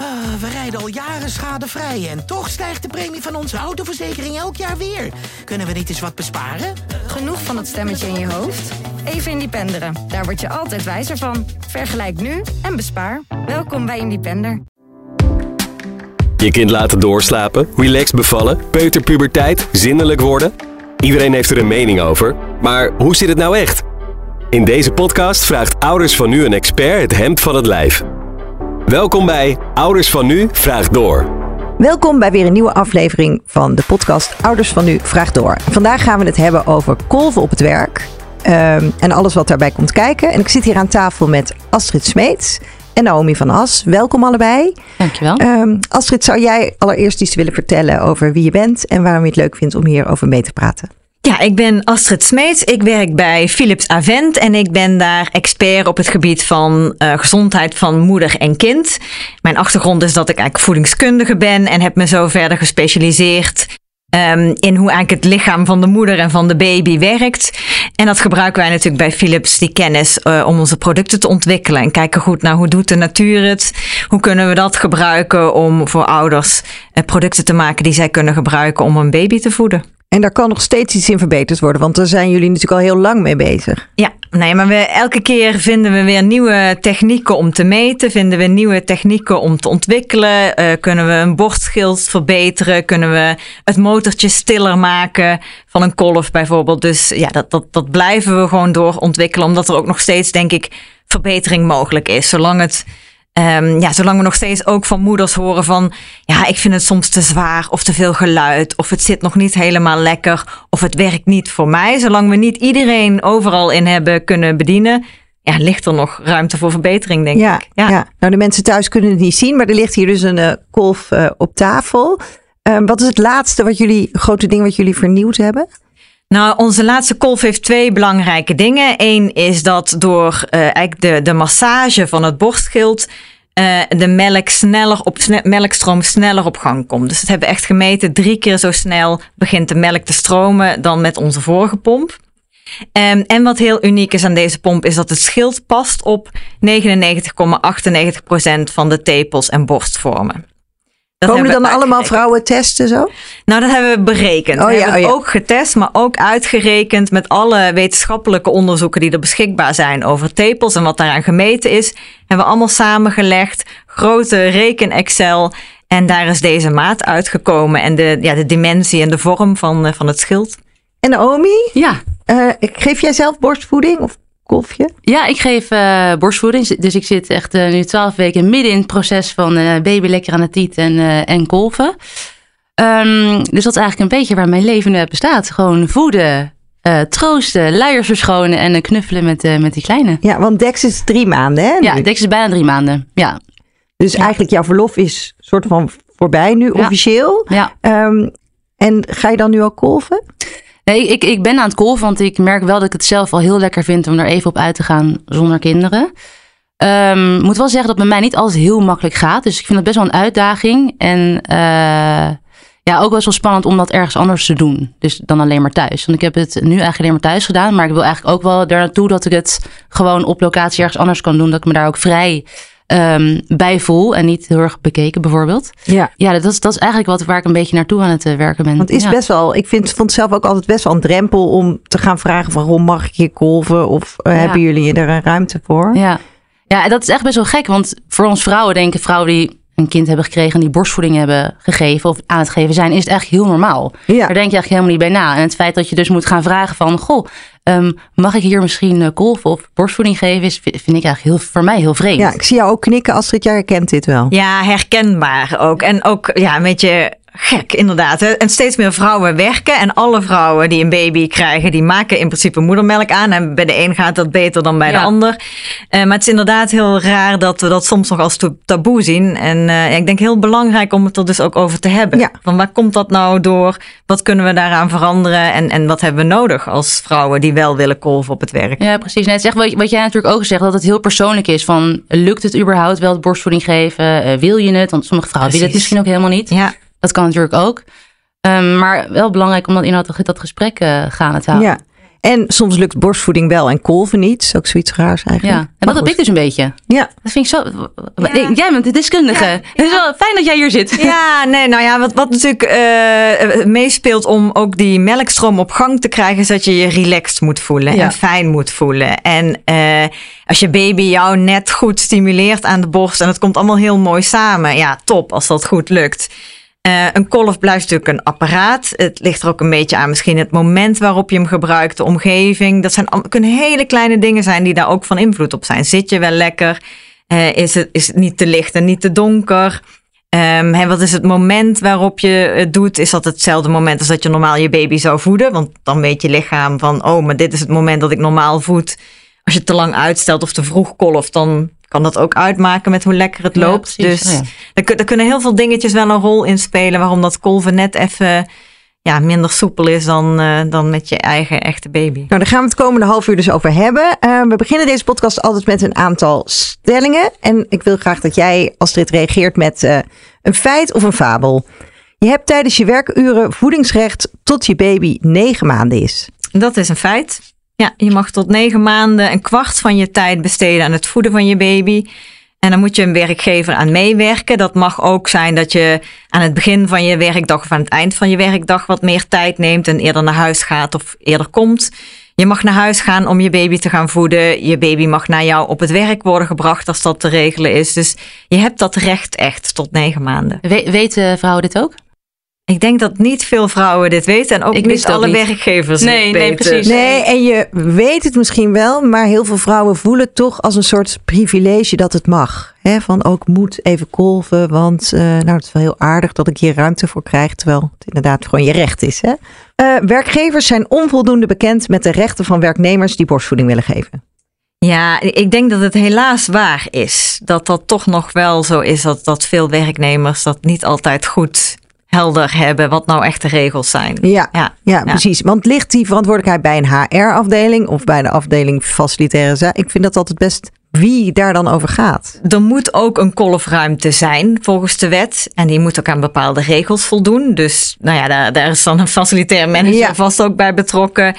We rijden al jaren schadevrij en toch stijgt de premie van onze autoverzekering elk jaar weer. Kunnen we niet eens wat besparen? Genoeg van dat stemmetje in je hoofd? Even Independeren. Daar word je altijd wijzer van. Vergelijk nu en bespaar. Welkom bij Independer. Je kind laten doorslapen, relaxed bevallen, peuterpuberteit, zindelijk worden. Iedereen heeft er een mening over. Maar hoe zit het nou echt? In deze podcast vraagt Ouders van Nu een expert het hemd van het lijf. Welkom bij Ouders van Nu vraagt door. Welkom bij weer een nieuwe aflevering van de podcast Ouders van Nu vraagt door. Vandaag gaan we het hebben over kolven op het werk en alles wat daarbij komt kijken. En ik zit hier aan tafel met Astrid Smeets en Naomi van As. Welkom allebei. Dankjewel. Astrid, zou jij allereerst iets willen vertellen over wie je bent en waarom je het leuk vindt om hierover mee te praten? Ja, ik ben Astrid Smeets. Ik werk bij Philips Avent en ik ben daar expert op het gebied van gezondheid van moeder en kind. Mijn achtergrond is dat ik eigenlijk voedingskundige ben en heb me zo verder gespecialiseerd in hoe eigenlijk het lichaam van de moeder en van de baby werkt. En dat gebruiken wij natuurlijk bij Philips, die kennis, om onze producten te ontwikkelen. En kijken goed naar hoe doet de natuur het? Hoe kunnen we dat gebruiken om voor ouders producten te maken die zij kunnen gebruiken om een baby te voeden? En daar kan nog steeds iets in verbeterd worden, want daar zijn jullie natuurlijk al heel lang mee bezig. Ja, nee, maar elke keer vinden we weer nieuwe technieken om te meten. Vinden we nieuwe technieken om te ontwikkelen. Kunnen we een borstschild verbeteren? Kunnen we het motortje stiller maken van een kolf bijvoorbeeld? Dus ja, dat blijven we gewoon doorontwikkelen, omdat er ook nog steeds, denk ik, verbetering mogelijk is. Zolang we nog steeds ook van moeders horen van, ja, ik vind het soms te zwaar of te veel geluid, of het zit nog niet helemaal lekker, of het werkt niet voor mij. Zolang we niet iedereen overal in hebben kunnen bedienen, ja, ligt er nog ruimte voor verbetering, denk ik. Ja. Nou, de mensen thuis kunnen het niet zien, maar er ligt hier dus een kolf op tafel. Wat is het laatste grote ding wat jullie vernieuwd hebben? Nou, onze laatste kolf heeft 2 belangrijke dingen. Eén is dat door eigenlijk de massage van het borstschild de melkstroom sneller op gang komt. Dus dat hebben we echt gemeten. 3 keer zo snel begint de melk te stromen dan met onze vorige pomp. En wat heel uniek is aan deze pomp is dat het schild past op 99,98% van de tepels en borstvormen. Komen dan allemaal vrouwen testen zo? Nou, dat hebben we berekend. We hebben het ook getest, maar ook uitgerekend met alle wetenschappelijke onderzoeken die er beschikbaar zijn over tepels en wat daaraan gemeten is. Hebben we allemaal samengelegd, grote reken-Excel en daar is deze maat uitgekomen en de dimensie en de vorm van het schild. En Naomi? Ja. Geef jij zelf borstvoeding of kolfje? Ja, ik geef borstvoeding. Dus ik zit echt nu 12 weken midden in het proces van baby lekker aan de tiet en kolven. Dus dat is eigenlijk een beetje waar mijn leven nu uit bestaat. Gewoon voeden, troosten, luiers verschonen en knuffelen met die kleine. Ja, want Dex is 3 maanden, hè? Ja, Dex is bijna 3 maanden, ja. Dus eigenlijk jouw verlof is soort van voorbij nu, officieel. Ja. En ga je dan nu al kolven? Nee, ik ben aan het kolven, want ik merk wel dat ik het zelf al heel lekker vind om er even op uit te gaan zonder kinderen. Moet wel zeggen dat bij mij niet alles heel makkelijk gaat. Dus ik vind het best wel een uitdaging. En ook best wel spannend om dat ergens anders te doen. Dus dan alleen maar thuis. Want ik heb het nu eigenlijk alleen maar thuis gedaan. Maar ik wil eigenlijk ook wel daar naartoe dat ik het gewoon op locatie ergens anders kan doen. Dat ik me daar ook vrij bij voel en niet heel erg bekeken bijvoorbeeld. Ja, dat is eigenlijk waar ik een beetje naartoe aan het werken ben. Want het is best wel, ik vond het zelf ook altijd best wel een drempel om te gaan vragen waarom mag ik hier kolven of hebben jullie er een ruimte voor? Ja, dat is echt best wel gek, want voor ons vrouwen die een kind hebben gekregen en die borstvoeding hebben gegeven of aan het geven zijn, is het eigenlijk heel normaal. Ja. Daar denk je eigenlijk helemaal niet bij na. En het feit dat je dus moet gaan vragen van, mag ik hier misschien kolven of borstvoeding geven, vind ik eigenlijk voor mij heel vreemd. Ja, ik zie jou ook knikken, Astrid, jij herkent dit wel. Ja, herkenbaar ook. En ook een beetje gek inderdaad. Hè? En steeds meer vrouwen werken en alle vrouwen die een baby krijgen, die maken in principe moedermelk aan. En bij de een gaat dat beter dan bij de ander. Maar het is inderdaad heel raar dat we dat soms nog als taboe zien. En ik denk heel belangrijk om het er dus ook over te hebben. Ja. Van waar komt dat nou door? Wat kunnen we daaraan veranderen? En wat hebben we nodig als vrouwen die wel willen kolven op het werk? Ja, precies. Nee, het is echt wat jij natuurlijk ook zegt, dat het heel persoonlijk is. Van, lukt het überhaupt wel het borstvoeding geven? Wil je het? Want sommige vrouwen willen het misschien ook helemaal niet. Ja. Dat kan natuurlijk ook. Maar wel belangrijk om dat inhoud dat gesprek gaande te houden. Ja. En soms lukt borstvoeding wel en kolven niet. Dat is ook zoiets raars eigenlijk. Ja, en dat heb ik dus een beetje. Ja. Dat vind ik zo... Ja. Jij bent de deskundige. Ja. Het is wel fijn dat jij hier zit. Ja, nee, nou ja, wat natuurlijk meespeelt om ook die melkstroom op gang te krijgen, is dat je je relaxed moet voelen en fijn moet voelen. En als je baby jou net goed stimuleert aan de borst en het komt allemaal heel mooi samen, ja, top als dat goed lukt. Een kolf blijft natuurlijk een apparaat. Het ligt er ook een beetje aan misschien het moment waarop je hem gebruikt, de omgeving. Dat kunnen hele kleine dingen zijn die daar ook van invloed op zijn. Zit je wel lekker? Is het niet te licht en niet te donker? Wat is het moment waarop je het doet? Is dat hetzelfde moment als dat je normaal je baby zou voeden? Want dan weet je lichaam van, maar dit is het moment dat ik normaal voed. Als je het te lang uitstelt of te vroeg kolft, dan kan dat ook uitmaken met hoe lekker het loopt. Ja, dus er kunnen heel veel dingetjes wel een rol in spelen waarom dat kolven net even minder soepel is dan met je eigen echte baby. Nou, daar gaan we het komende half uur dus over hebben. We beginnen deze podcast altijd met een aantal stellingen. En ik wil graag dat jij, Astrid, reageert met een feit of een fabel. Je hebt tijdens je werkuren voedingsrecht tot je baby 9 maanden is. Dat is een feit. Ja, je mag tot 9 maanden een kwart van je tijd besteden aan het voeden van je baby. En dan moet je een werkgever aan meewerken. Dat mag ook zijn dat je aan het begin van je werkdag of aan het eind van je werkdag wat meer tijd neemt en eerder naar huis gaat of eerder komt. Je mag naar huis gaan om je baby te gaan voeden. Je baby mag naar jou op het werk worden gebracht als dat te regelen is. Dus je hebt dat recht echt tot 9 maanden. Weten vrouwen dit ook? Ik denk dat niet veel vrouwen dit weten en ook niet alle werkgevers het weten. Nee, precies. Nee, en je weet het misschien wel, maar heel veel vrouwen voelen toch als een soort privilege dat het mag. Van ook moet even kolven, want het is wel heel aardig dat ik hier ruimte voor krijg, terwijl het inderdaad gewoon je recht is. Hè? Werkgevers zijn onvoldoende bekend met de rechten van werknemers die borstvoeding willen geven. Ja, ik denk dat het helaas waar is. Dat toch nog wel zo is dat veel werknemers dat niet altijd goed helder hebben wat nou echt de regels zijn. Ja, precies. Want ligt die verantwoordelijkheid bij een HR-afdeling of bij de afdeling facilitaire zaken? Ik vind dat altijd best wie daar dan over gaat. Er moet ook een kolfruimte zijn volgens de wet. En die moet ook aan bepaalde regels voldoen. Dus daar is dan een facilitair manager vast ook bij betrokken.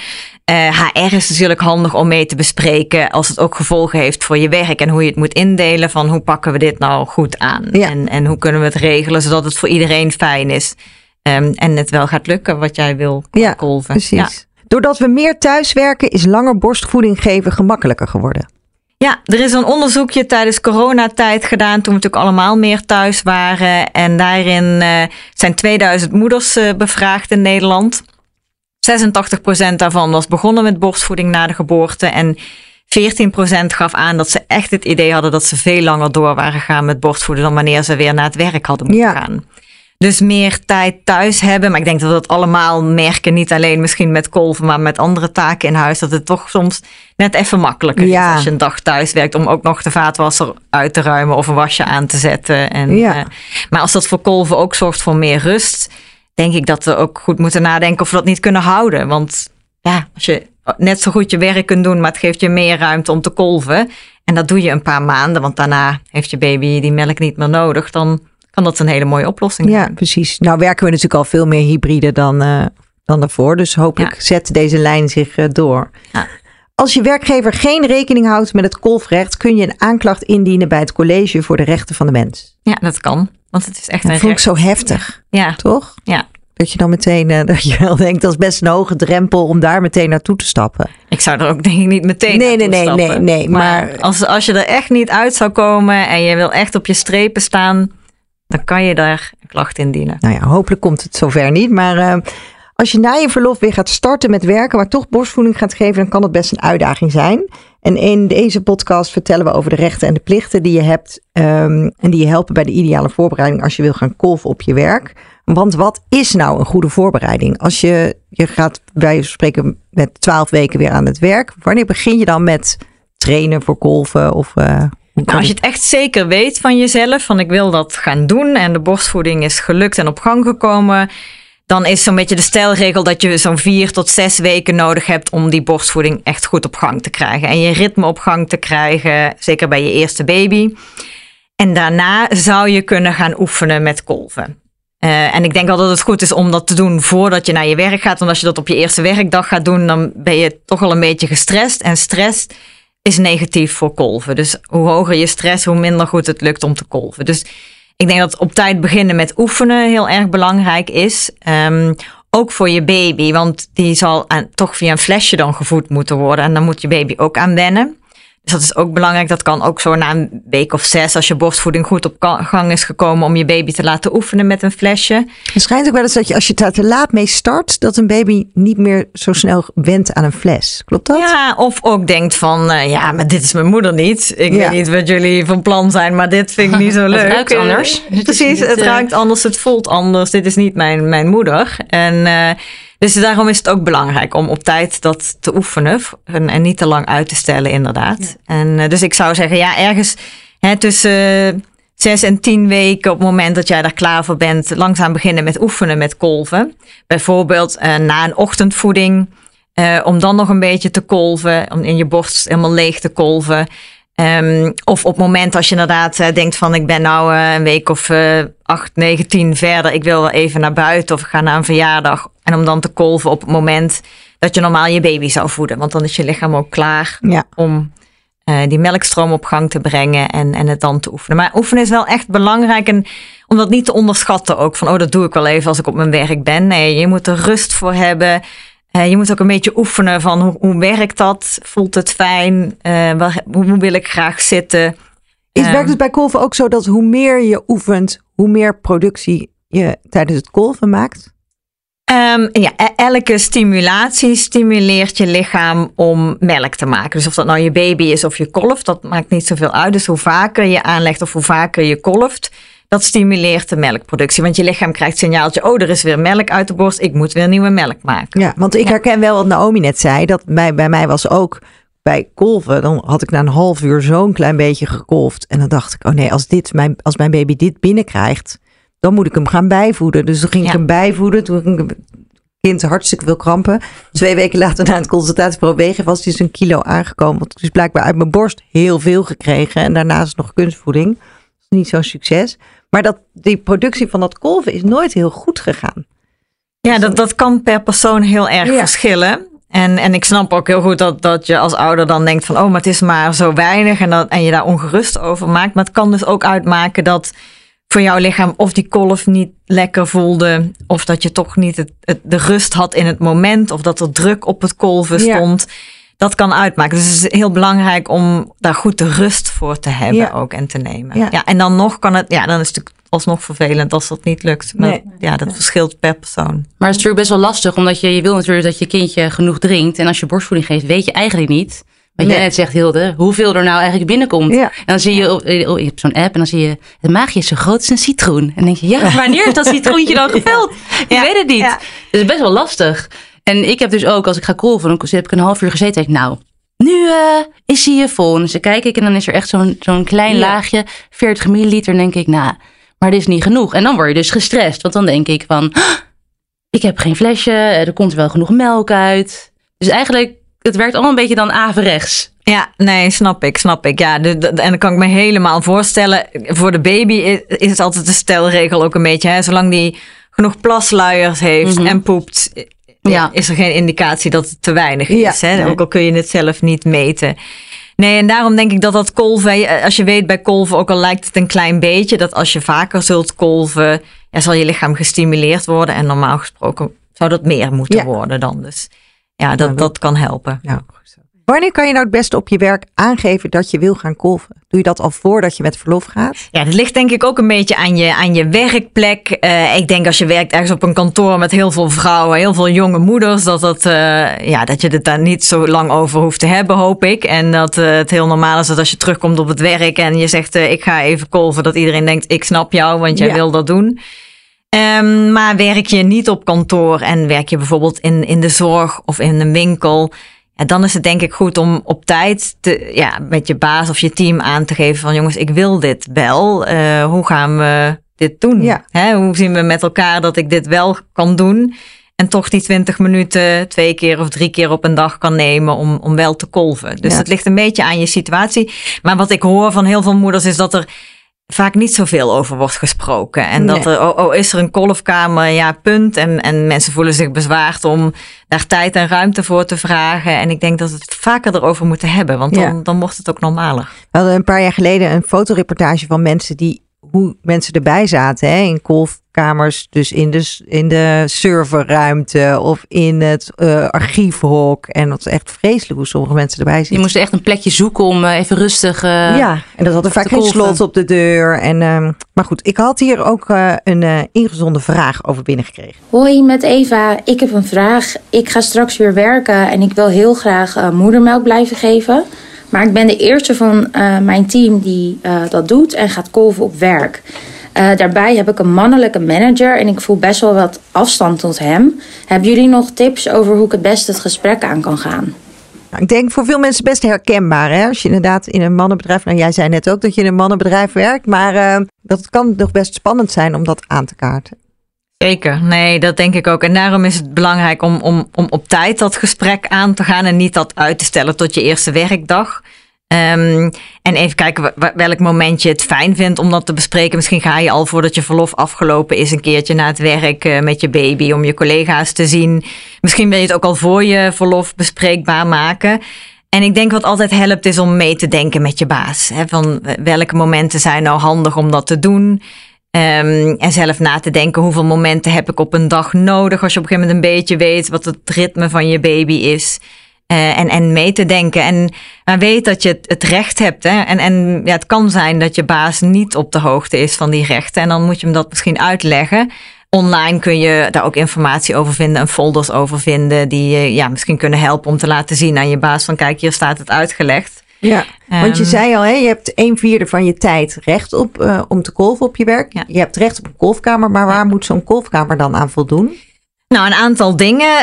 HR is natuurlijk handig om mee te bespreken als het ook gevolgen heeft voor je werk en hoe je het moet indelen van hoe pakken we dit nou goed aan en hoe kunnen we het regelen zodat het voor iedereen fijn is en het wel gaat lukken wat jij wil kolven. Precies. Ja. Doordat we meer thuiswerken is langer borstvoeding geven gemakkelijker geworden. Ja, er is een onderzoekje tijdens coronatijd gedaan toen we natuurlijk allemaal meer thuis waren en daarin zijn 2000 moeders bevraagd in Nederland. 86% daarvan was begonnen met borstvoeding na de geboorte. En 14% gaf aan dat ze echt het idee hadden dat ze veel langer door waren gegaan met borstvoeden dan wanneer ze weer naar het werk hadden moeten gaan. Dus meer tijd thuis hebben. Maar ik denk dat we dat allemaal merken. Niet alleen misschien met kolven, maar met andere taken in huis. Dat het toch soms net even makkelijker is als je een dag thuis werkt. Om ook nog de vaatwasser uit te ruimen of een wasje aan te zetten. Maar als dat voor kolven ook zorgt voor meer rust, denk ik dat we ook goed moeten nadenken of we dat niet kunnen houden. Want als je net zo goed je werk kunt doen, maar het geeft je meer ruimte om te kolven. En dat doe je een paar maanden, want daarna heeft je baby die melk niet meer nodig. Dan kan dat een hele mooie oplossing zijn. Ja, precies. Nou werken we natuurlijk al veel meer hybride dan daarvoor. Dus hopelijk zet deze lijn zich door. Ja. Als je werkgever geen rekening houdt met het kolfrecht, kun je een aanklacht indienen bij het College voor de Rechten van de Mens. Ja, dat kan. Want het is echt dat vond ik zo heftig. Ja. Toch? Ja. Dat je dan meteen, dat je wel denkt, dat is best een hoge drempel om daar meteen naartoe te stappen. Ik zou er ook denk ik niet meteen naartoe stappen. Nee. Maar als je er echt niet uit zou komen en je wil echt op je strepen staan, dan kan je daar een klacht indienen. Nou ja, hopelijk komt het zover niet. Maar als je na je verlof weer gaat starten met werken, maar toch borstvoeding gaat geven, dan kan het best een uitdaging zijn. En in deze podcast vertellen we over de rechten en de plichten die je hebt en die je helpen bij de ideale voorbereiding als je wil gaan kolven op je werk. Want wat is nou een goede voorbereiding? Als je gaat bij spreken met 12 weken weer aan het werk, wanneer begin je dan met trainen voor kolven? Of als je het echt zeker weet van jezelf, van ik wil dat gaan doen en de borstvoeding is gelukt en op gang gekomen, dan is zo'n beetje de stelregel dat je zo'n 4 tot 6 weken nodig hebt om die borstvoeding echt goed op gang te krijgen. En je ritme op gang te krijgen, zeker bij je eerste baby. En daarna zou je kunnen gaan oefenen met kolven. En ik denk wel dat het goed is om dat te doen voordat je naar je werk gaat. Want als je dat op je eerste werkdag gaat doen, dan ben je toch al een beetje gestrest. En stress is negatief voor kolven. Dus hoe hoger je stress, hoe minder goed het lukt om te kolven. Dus ik denk dat op tijd beginnen met oefenen heel erg belangrijk is. Ook voor je baby, want die zal toch via een flesje dan gevoed moeten worden. En dan moet je baby ook aan wennen. Dus dat is ook belangrijk. Dat kan ook zo na een week of 6, als je borstvoeding goed op gang is gekomen, om je baby te laten oefenen met een flesje. Het schijnt ook wel eens dat je, als je daar te laat mee start, dat een baby niet meer zo snel went aan een fles. Klopt dat? Ja, of ook denkt van, maar dit is mijn moeder niet. Ik weet niet wat jullie van plan zijn, maar dit vind ik niet zo leuk. Het ruikt anders. Precies, het ruikt anders, het voelt anders. Dit is niet mijn moeder. En dus daarom is het ook belangrijk om op tijd dat te oefenen en niet te lang uit te stellen, inderdaad. Ja. En dus ik zou zeggen, ergens tussen 6 en 10 weken, op het moment dat jij daar klaar voor bent, langzaam beginnen met oefenen met kolven. Bijvoorbeeld na een ochtendvoeding, om dan nog een beetje te kolven, om in je borst helemaal leeg te kolven. Of op het moment als je inderdaad denkt van, ik ben nou een week of 8, 9, 10 verder. Ik wil wel even naar buiten of ik ga naar een verjaardag. En om dan te kolven op het moment dat je normaal je baby zou voeden. Want dan is je lichaam ook klaar om die melkstroom op gang te brengen en het dan te oefenen. Maar oefenen is wel echt belangrijk. En om dat niet te onderschatten ook. Van dat doe ik wel even als ik op mijn werk ben. Nee, je moet er rust voor hebben. Je moet ook een beetje oefenen van hoe werkt dat? Voelt het fijn? Hoe wil ik graag zitten? Werkt het bij kolven ook zo dat hoe meer je oefent, hoe meer productie je tijdens het kolven maakt? Elke stimulatie stimuleert je lichaam om melk te maken. Dus of dat nou je baby is of je kolft, dat maakt niet zoveel uit. Dus hoe vaker je aanlegt of hoe vaker je kolft, dat stimuleert de melkproductie. Want je lichaam krijgt het signaaltje, er is weer melk uit de borst, ik moet weer nieuwe melk maken. Ja, want ik herken wel wat Naomi net zei, dat bij mij was ook bij kolven, dan had ik na een half uur zo'n klein beetje gekolfd. En dan dacht ik, als mijn baby dit binnenkrijgt, dan moet ik hem gaan bijvoeden. Dus toen ging ik hem bijvoeden. Toen ging het kind hartstikke veel krampen. 2 weken later na het consultatiebureau wegen was hij dus 1 kilo aangekomen. Want ik dus blijkbaar uit mijn borst heel veel gekregen. En daarnaast nog kunstvoeding. Dat is niet zo'n succes. Maar die productie van dat kolven is nooit heel goed gegaan. Ja, dat kan per persoon heel erg verschillen. En ik snap ook heel goed dat je als ouder dan denkt van, maar het is maar zo weinig. En je daar ongerust over maakt. Maar het kan dus ook uitmaken dat voor jouw lichaam of die kolf niet lekker voelde, of dat je toch niet de rust had in het moment, of dat er druk op het kolven stond. Ja. Dat kan uitmaken. Dus het is heel belangrijk om daar goed de rust voor te hebben ook en te nemen. Ja, en dan nog kan het, dan is het natuurlijk alsnog vervelend als dat niet lukt. Maar dat verschilt per persoon. Maar het is natuurlijk best wel lastig, omdat je wil natuurlijk dat je kindje genoeg drinkt. En als je borstvoeding geeft, weet je eigenlijk niet, wat jij net zegt, Hilde, hoeveel er nou eigenlijk binnenkomt. Ja. En dan zie je, je hebt zo'n app en dan zie je, het maagje is zo groot als een citroen. En dan denk je, wanneer is dat citroentje dan gevuld? Je weet het niet. Ja. Dus het is best wel lastig. En ik heb dus ook, als ik ga kolven, dan heb ik een half uur gezeten. En denk ik, nu is hij vol. En dan kijk ik en dan is er echt zo'n klein laagje, 40 milliliter. En denk ik, maar dit is niet genoeg. En dan word je dus gestrest. Want dan denk ik van, ik heb geen flesje. Er komt wel genoeg melk uit. Dus eigenlijk, het werkt allemaal een beetje dan averechts. Ja, nee, snap ik. Ja, en dan kan ik me helemaal voorstellen. Voor de baby is het altijd de stelregel ook een beetje. Zolang die genoeg plasluiers heeft en poept, is er geen indicatie dat het te weinig is. Hè? Ook al kun je het zelf niet meten. Nee, en daarom denk ik dat kolven, als je weet bij kolven, ook al lijkt het een klein beetje, dat als je vaker zult kolven, zal je lichaam gestimuleerd worden. En normaal gesproken zou dat meer moeten worden dan. Dus ja, dat kan helpen. Ja. Wanneer kan je nou het beste op je werk aangeven dat je wil gaan kolven? Doe je dat al voordat je met verlof gaat? Ja, dat ligt denk ik ook een beetje aan je werkplek. Ik denk als je werkt ergens op een kantoor met heel veel vrouwen, heel veel jonge moeders, dat je het daar niet zo lang over hoeft te hebben, hoop ik. En dat het heel normaal is dat als je terugkomt op het werk en je zegt, ik ga even kolven, dat iedereen denkt, ik snap jou, want jij wil dat doen. Maar werk je niet op kantoor en werk je bijvoorbeeld in de zorg of in een winkel, dan is het denk ik goed om op tijd met je baas of je team aan te geven van, jongens, ik wil dit wel. Hoe gaan we dit doen? Ja. Hoe zien we met elkaar dat ik dit wel kan doen en toch die 20 minuten 2 keer of 3 keer op een dag kan nemen om wel te kolven. Dus het ligt een beetje aan je situatie. Maar wat ik hoor van heel veel moeders is dat er vaak niet zoveel over wordt gesproken. En dat er, is er een kolfkamer? Ja, punt. En mensen voelen zich bezwaard om daar tijd en ruimte voor te vragen. En ik denk dat we het vaker erover moeten hebben. Want dan wordt het ook normaler. We hadden een paar jaar geleden een fotoreportage van mensen hoe mensen erbij zaten. Hè? In kolfkamers, dus in de serverruimte of in het archiefhok. En dat is echt vreselijk hoe sommige mensen erbij zitten. Die moesten echt een plekje zoeken om even rustig en dat had er vaak geen slot op de deur. Maar goed, ik had hier ook een ingezonden vraag over binnengekregen. Hoi, met Eva. Ik heb een vraag. Ik ga straks weer werken en ik wil heel graag moedermelk blijven geven. Maar ik ben de eerste van mijn team die dat doet en gaat kolven op werk. Daarbij heb ik een mannelijke manager en ik voel best wel wat afstand tot hem. Hebben jullie nog tips over hoe ik het beste het gesprek aan kan gaan? Nou, ik denk voor veel mensen best herkenbaar. Hè? Als je inderdaad in een mannenbedrijf... Nou, jij zei net ook dat je in een mannenbedrijf werkt. Maar dat kan nog best spannend zijn om dat aan te kaarten. Zeker, nee, dat denk ik ook. En daarom is het belangrijk om op tijd dat gesprek aan te gaan en niet dat uit te stellen tot je eerste werkdag. En even kijken welk moment je het fijn vindt om dat te bespreken. Misschien ga je al voordat je verlof afgelopen is een keertje naar het werk met je baby om je collega's te zien. Misschien wil je het ook al voor je verlof bespreekbaar maken. En ik denk wat altijd helpt is om mee te denken met je baas. Hè, van welke momenten zijn nou handig om dat te doen. En zelf na te denken hoeveel momenten heb ik op een dag nodig. Als je op een gegeven moment een beetje weet wat het ritme van je baby is. En mee te denken. Maar weet dat je het recht hebt. Hè? En het kan zijn dat je baas niet op de hoogte is van die rechten. En dan moet je hem dat misschien uitleggen. Online kun je daar ook informatie over vinden en folders over vinden. Die je misschien kunnen helpen om te laten zien aan je baas van kijk, hier staat het uitgelegd. Ja, want je zei al, hè, je hebt 1/4 van je tijd recht op om te kolven op je werk. Ja. Je hebt recht op een kolfkamer, maar waar moet zo'n kolfkamer dan aan voldoen? Nou, een aantal dingen.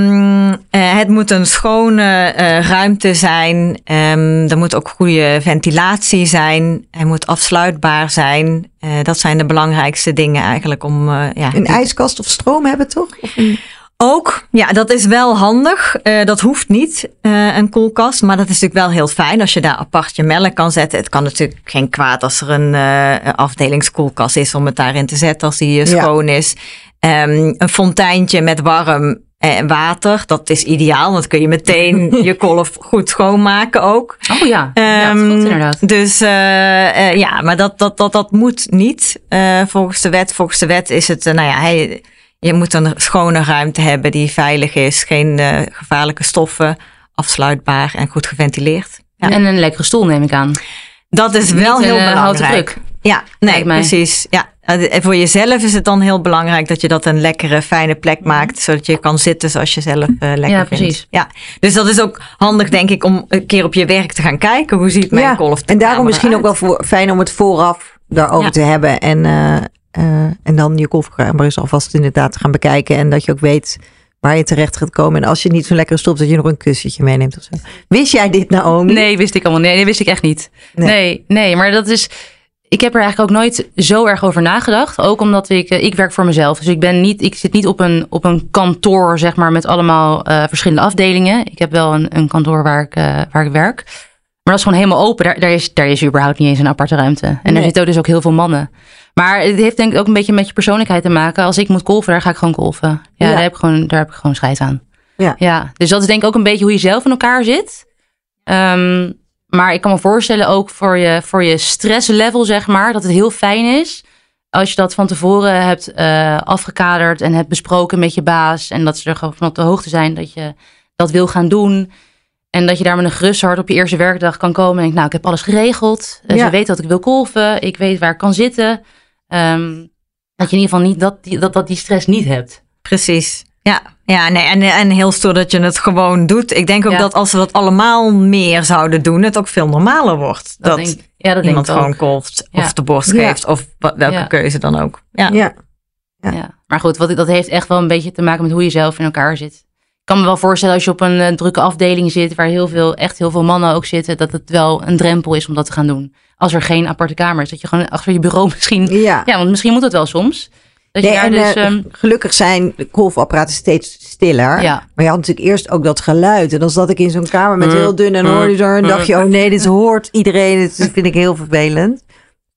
Het moet een schone ruimte zijn. Er moet ook goede ventilatie zijn. Hij moet afsluitbaar zijn. Dat zijn de belangrijkste dingen eigenlijk om... Een ijskast of stroom hebben toch? Ook, ja, dat is wel handig. Dat hoeft niet, een koelkast. Maar dat is natuurlijk wel heel fijn als je daar apart je melk kan zetten. Het kan natuurlijk geen kwaad als er een afdelingskoelkast is om het daarin te zetten als die schoon is. Een fonteintje met warm water, dat is ideaal. Want dan kun je meteen je kolf goed schoonmaken ook. Oh ja, dat is goed inderdaad. Dus maar dat moet niet volgens de wet. Volgens de wet is het, je moet een schone ruimte hebben die veilig is. Geen gevaarlijke stoffen, afsluitbaar en goed geventileerd. Ja. En een lekkere stoel neem ik aan. Dat is wel heel belangrijk. Ja, nee, precies. Ja. Voor jezelf is het dan heel belangrijk dat je dat een lekkere, fijne plek maakt. Zodat je kan zitten zoals je zelf lekker vindt. Precies. Ja, dus dat is ook handig, denk ik, om een keer op je werk te gaan kijken. Hoe ziet mijn kolf en daarom misschien ook wel fijn om het vooraf daarover te hebben. En dan je kolfkamer is alvast inderdaad te gaan bekijken. En dat je ook weet waar je terecht gaat komen. En als je niet zo'n lekkere stopt, dat je nog een kussentje meeneemt of zo. Wist jij dit, Naomi? Nee, wist ik allemaal niet. Nee, wist ik echt niet. Nee, maar dat is... Ik heb er eigenlijk ook nooit zo erg over nagedacht. Ook omdat ik werk voor mezelf. Dus ik zit niet op een kantoor, zeg maar, met allemaal verschillende afdelingen. Ik heb wel een kantoor waar ik werk. Maar dat is gewoon helemaal open. Daar is überhaupt niet eens een aparte ruimte. En er zitten dus ook heel veel mannen. Maar het heeft denk ik ook een beetje met je persoonlijkheid te maken. Als ik moet kolven, daar ga ik gewoon kolven. Ja. Daar heb ik gewoon scheid aan. Ja. Dus dat is denk ik ook een beetje hoe je zelf in elkaar zit. Maar ik kan me voorstellen ook voor je stresslevel, zeg maar, dat het heel fijn is als je dat van tevoren hebt afgekaderd en hebt besproken met je baas. En dat ze er gewoon van op de hoogte zijn dat je dat wil gaan doen. En dat je daar met een gerust hart op je eerste werkdag kan komen en denkt, nou, ik heb alles geregeld. Ze weten dat ik wil kolven. Ik weet waar ik kan zitten. Dat je in ieder geval niet die stress niet hebt. Precies. Ja, nee, en heel stoer dat je het gewoon doet. Ik denk ook dat als we dat allemaal meer zouden doen, het ook veel normaler wordt. Dat iemand gewoon kolft of de borst geeft of welke keuze dan ook. Ja. Maar goed, dat heeft echt wel een beetje te maken met hoe je zelf in elkaar zit. Ik kan me wel voorstellen als je op een drukke afdeling zit, waar echt heel veel mannen ook zitten, dat het wel een drempel is om dat te gaan doen. Als er geen aparte kamer is, dat je gewoon achter je bureau misschien... Ja, want misschien moet het wel soms. Gelukkig zijn de kolfapparaten steeds stiller. Ja. Maar je had natuurlijk eerst ook dat geluid. En dan zat ik in zo'n kamer met heel dun en hoorde je zo en dacht je, oh nee, dit hoort iedereen. Dit vind ik heel vervelend.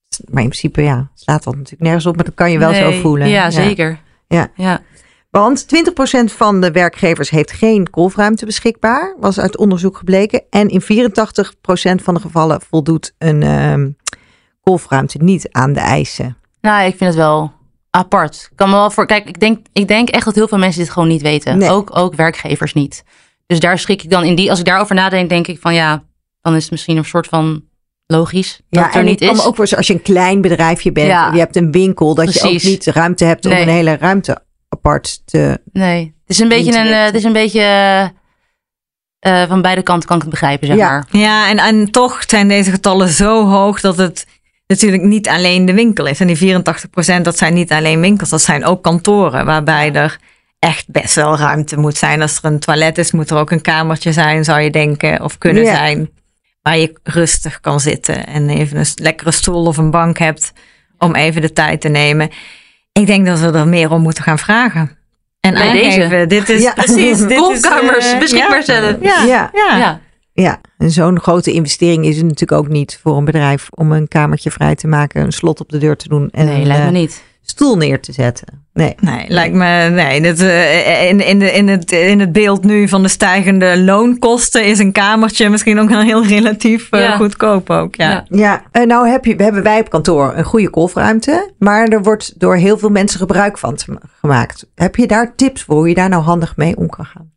Maar in principe, slaat dat natuurlijk nergens op. Maar dat kan je wel zo voelen. Ja, zeker. Ja. Want 20% van de werkgevers heeft geen kolfruimte beschikbaar. Was uit onderzoek gebleken. En in 84% van de gevallen voldoet een kolfruimte niet aan de eisen. Nou, ik vind het wel apart. Ik kan me wel kijk, ik denk echt dat heel veel mensen dit gewoon niet weten. Nee. Ook werkgevers niet. Dus daar schrik ik dan als ik daarover nadenk, denk ik van dan is het misschien een soort van logisch dat het er niet is. Ja, en ik kan me ook voor als je een klein bedrijfje bent, je hebt een winkel, dat je ook niet ruimte hebt om een hele ruimte apart te... Nee, het is een beetje van beide kanten kan ik het begrijpen, zeg maar. Ja, en toch zijn deze getallen zo hoog dat het natuurlijk niet alleen de winkel is. En die 84%, dat zijn niet alleen winkels, dat zijn ook kantoren, waarbij er echt best wel ruimte moet zijn. Als er een toilet is, moet er ook een kamertje zijn, zou je denken, of kunnen zijn, waar je rustig kan zitten en even een lekkere stoel of een bank hebt om even de tijd te nemen. Ik denk dat we er meer om moeten gaan vragen. En bij aangeven, dit is precies. Kolfkamers beschikbaar stellen. Ja, en zo'n grote investering is het natuurlijk ook niet voor een bedrijf om een kamertje vrij te maken, een slot op de deur te doen en lijkt me niet. Stoel neer te zetten. Nee, lijkt me. In het beeld nu van de stijgende loonkosten is een kamertje misschien ook wel heel relatief goedkoop ook. Ja. Nou hebben wij op kantoor een goede kolfruimte, maar er wordt door heel veel mensen gebruik van gemaakt. Heb je daar tips voor hoe je daar nou handig mee om kan gaan?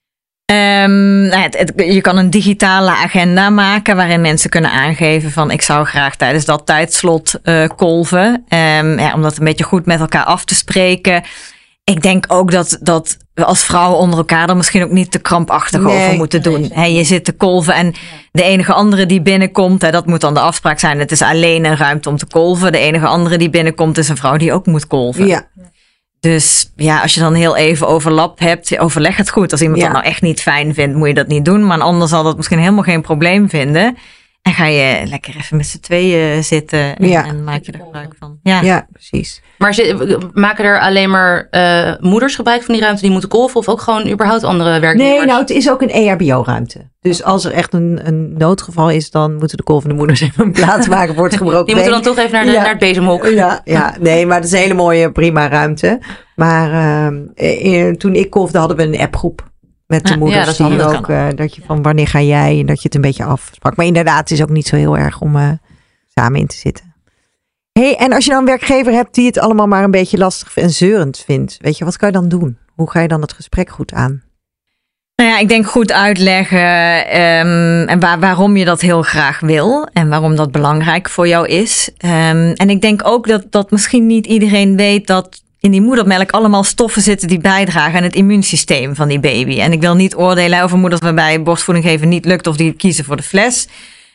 Je kan een digitale agenda maken waarin mensen kunnen aangeven van ik zou graag tijdens dat tijdslot kolven. Om dat een beetje goed met elkaar af te spreken. Ik denk ook dat we als vrouwen onder elkaar er misschien ook niet te krampachtig over moeten doen. Je zit te kolven en de enige andere die binnenkomt, dat moet dan de afspraak zijn. Het is alleen een ruimte om te kolven. De enige andere die binnenkomt is een vrouw die ook moet kolven. Ja. Dus als je dan heel even overlap hebt, overleg het goed. Als iemand dat nou echt niet fijn vindt, moet je dat niet doen. Maar een ander zal dat misschien helemaal geen probleem vinden. En ga je lekker even met z'n tweeën zitten en maak je er gebruik van. Ja, precies. Maar maken er alleen maar moeders gebruik van die ruimte die moeten kolven? Of ook gewoon überhaupt andere werknemers? Nee, het is ook een EHBO-ruimte. Dus als er echt een noodgeval is, dan moeten de kolvende moeders even een plaats maken voor het gebroken Die moeten dan toch even naar het bezemhok. Nee, maar het is een hele mooie, prima ruimte. Maar toen ik kolfde, hadden we een appgroep. Met de moeders die ook, dat je van wanneer ga jij en dat je het een beetje afsprak. Maar inderdaad, het is ook niet zo heel erg om samen in te zitten. En als je nou een werkgever hebt die het allemaal maar een beetje lastig en zeurend vindt. Weet je, wat kan je dan doen? Hoe ga je dan het gesprek goed aan? Nou ik denk goed uitleggen en waarom je dat heel graag wil. En waarom dat belangrijk voor jou is. En ik denk ook dat misschien niet iedereen weet dat in die moedermelk allemaal stoffen zitten die bijdragen aan het immuunsysteem van die baby. En ik wil niet oordelen over moeders waarbij borstvoeding geven niet lukt of die kiezen voor de fles.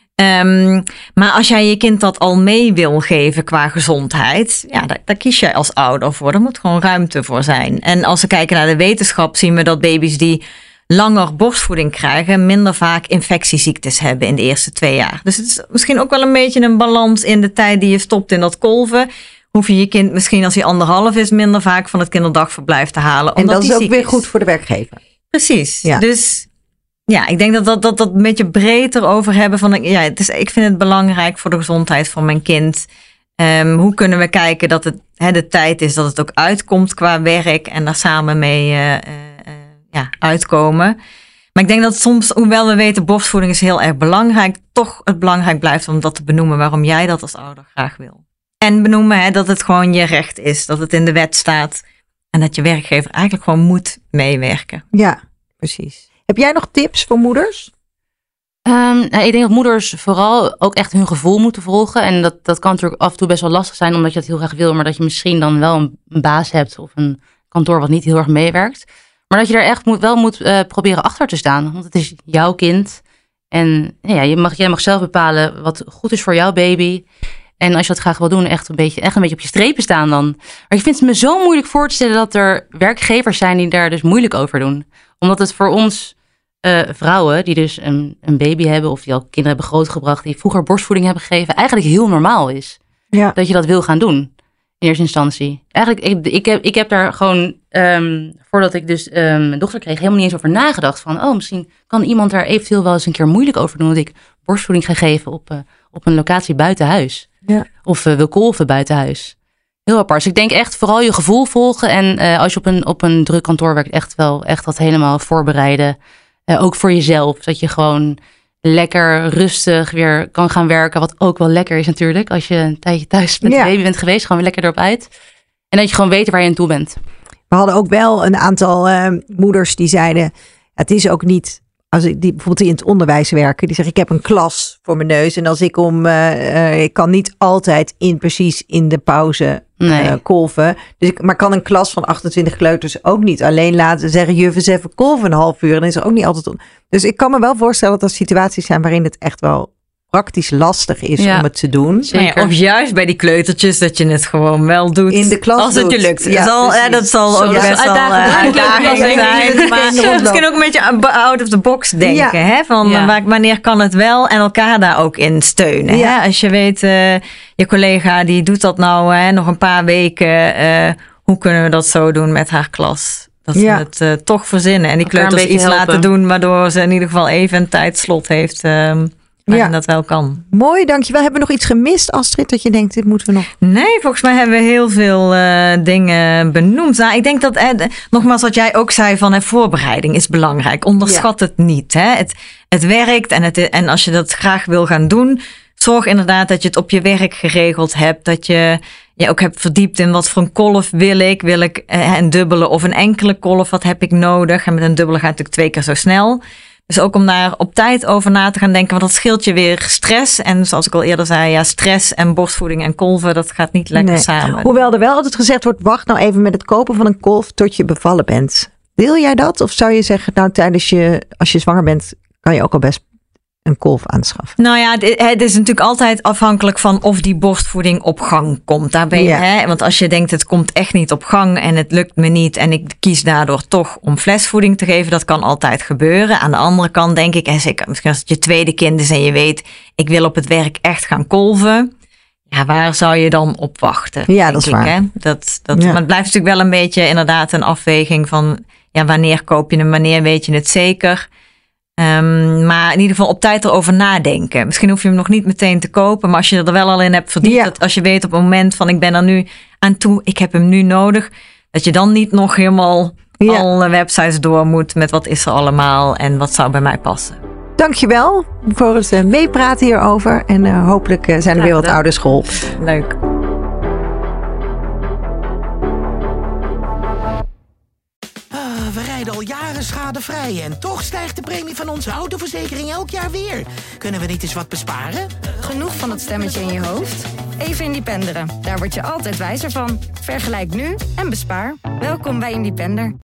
Maar als jij je kind dat al mee wil geven qua gezondheid, daar kies jij als ouder voor. Er moet gewoon ruimte voor zijn. En als we kijken naar de wetenschap, zien we dat baby's die langer borstvoeding krijgen, minder vaak infectieziektes hebben in de eerste 2 jaar. Dus het is misschien ook wel een beetje een balans in de tijd die je stopt in dat kolven. Hoef je kind misschien als hij 1,5 is minder vaak van het kinderdagverblijf te halen. En dat is ook weer goed voor de werkgever. Precies. Ja. Dus ik denk dat een beetje breder over hebben van ik vind het belangrijk voor de gezondheid van mijn kind. Hoe kunnen we kijken dat het de tijd is dat het ook uitkomt qua werk en daar samen mee uitkomen. Maar ik denk dat soms, hoewel we weten borstvoeding is heel erg belangrijk, toch het belangrijk blijft om dat te benoemen waarom jij dat als ouder graag wil. En benoemen dat het gewoon je recht is, dat het in de wet staat en dat je werkgever eigenlijk gewoon moet meewerken. Ja, precies. Heb jij nog tips voor moeders? Ik denk dat moeders vooral ook echt hun gevoel moeten volgen. En dat kan natuurlijk af en toe best wel lastig zijn, omdat je dat heel graag wil. Maar dat je misschien dan wel een baas hebt of een kantoor wat niet heel erg meewerkt. Maar dat je daar echt wel moet proberen achter te staan. Want het is jouw kind. En jij mag zelf bepalen wat goed is voor jouw baby. En als je dat graag wil doen, echt een beetje op je strepen staan dan. Maar ik vind het me zo moeilijk voor te stellen dat er werkgevers zijn die daar dus moeilijk over doen. Omdat het voor ons vrouwen die dus een baby hebben of die al kinderen hebben grootgebracht, die vroeger borstvoeding hebben gegeven, eigenlijk heel normaal is. Ja. Dat je dat wil gaan doen. in eerste instantie. Eigenlijk, ik heb daar gewoon, voordat ik dus mijn dochter kreeg, helemaal niet eens over nagedacht. Van, misschien kan iemand daar eventueel wel eens een keer moeilijk over doen. Dat ik borstvoeding ga geven op een locatie buiten huis. Ja. Of wil kolven buiten huis. Heel apart. Dus ik denk echt vooral je gevoel volgen. En als je op een druk kantoor werkt, echt dat helemaal voorbereiden. Ook voor jezelf. Dat je gewoon lekker rustig weer kan gaan werken. Wat ook wel lekker is natuurlijk. Als je een tijdje thuis met de baby bent geweest. Gewoon weer lekker erop uit. En dat je gewoon weet waar je aan toe bent. We hadden ook wel een aantal moeders die zeiden... Het is ook niet... Als ik bijvoorbeeld in het onderwijs werken, die zeggen ik heb een klas voor mijn neus. En als ik ik kan niet altijd precies in de pauze kolven. Dus maar kan een klas van 28 kleuters ook niet alleen laten zeggen juf eens even kolven een half uur. En dan is er ook niet altijd. Dus ik kan me wel voorstellen dat er situaties zijn waarin het echt wel praktisch lastig is om het te doen. Zeker. Of juist bij die kleutertjes dat je het gewoon wel doet. In de klas als het je lukt. Ja, dat zal ook best wel uitdagend zijn. Maar misschien ook een beetje out of the box denken. Hè? Van wanneer kan het wel en elkaar daar ook in steunen. Ja. Hè? Als je weet, je collega die doet dat nou nog een paar weken. Hoe kunnen we dat zo doen met haar klas? Dat ze het toch verzinnen. En die kleuters iets laten doen waardoor ze in ieder geval even een tijdslot heeft... waarin dat wel kan. Mooi, dankjewel. Hebben we nog iets gemist, Astrid, dat je denkt, dit moeten we nog... Nee, volgens mij hebben we heel veel dingen benoemd. Nou, ik denk dat, nogmaals wat jij ook zei van voorbereiding is belangrijk. Onderschat het niet. Hè? Het werkt en als je dat graag wil gaan doen, zorg inderdaad dat je het op je werk geregeld hebt. Dat je ook hebt verdiept in wat voor een kolf wil ik. Wil ik een dubbele of een enkele kolf? Wat heb ik nodig? En met een dubbele gaat het natuurlijk 2 keer zo snel. Dus ook om daar op tijd over na te gaan denken. Want dat scheelt je weer stress. En zoals ik al eerder zei, stress en borstvoeding en kolven, dat gaat niet lekker samen. Hoewel er wel altijd gezegd wordt, wacht nou even met het kopen van een kolf tot je bevallen bent. Wil jij dat? Of zou je zeggen, nou als je zwanger bent, kan je ook al best een kolf aanschaffen? Nou ja, het is natuurlijk altijd afhankelijk van of die borstvoeding op gang komt. Daar ben je, want als je denkt, het komt echt niet op gang en het lukt me niet en ik kies daardoor toch om flesvoeding te geven, dat kan altijd gebeuren. Aan de andere kant denk ik, en zeker misschien als het je tweede kind is en je weet, ik wil op het werk echt gaan kolven. Ja, waar zou je dan op wachten? Ja, dat is waar. Hè? Maar het blijft natuurlijk wel een beetje inderdaad een afweging van, wanneer koop je hem, wanneer weet je het zeker? Maar in ieder geval op tijd erover nadenken. Misschien hoef je hem nog niet meteen te kopen. Maar als je er wel al in hebt verdiept. Dat als je weet op het moment van ik ben er nu aan toe. Ik heb hem nu nodig. Dat je dan niet nog helemaal alle websites door moet. Met wat is er allemaal. En wat zou bij mij passen. Dankjewel voor het meepraten hierover. En hopelijk zijn er weer wat ouders geholpen. Leuk. We rijden al jaren schadevrij en toch stijgt de premie van onze autoverzekering elk jaar weer. Kunnen we niet eens wat besparen? Genoeg van het stemmetje in je hoofd? Even Independeren. Daar word je altijd wijzer van. Vergelijk nu en bespaar. Welkom bij Independer.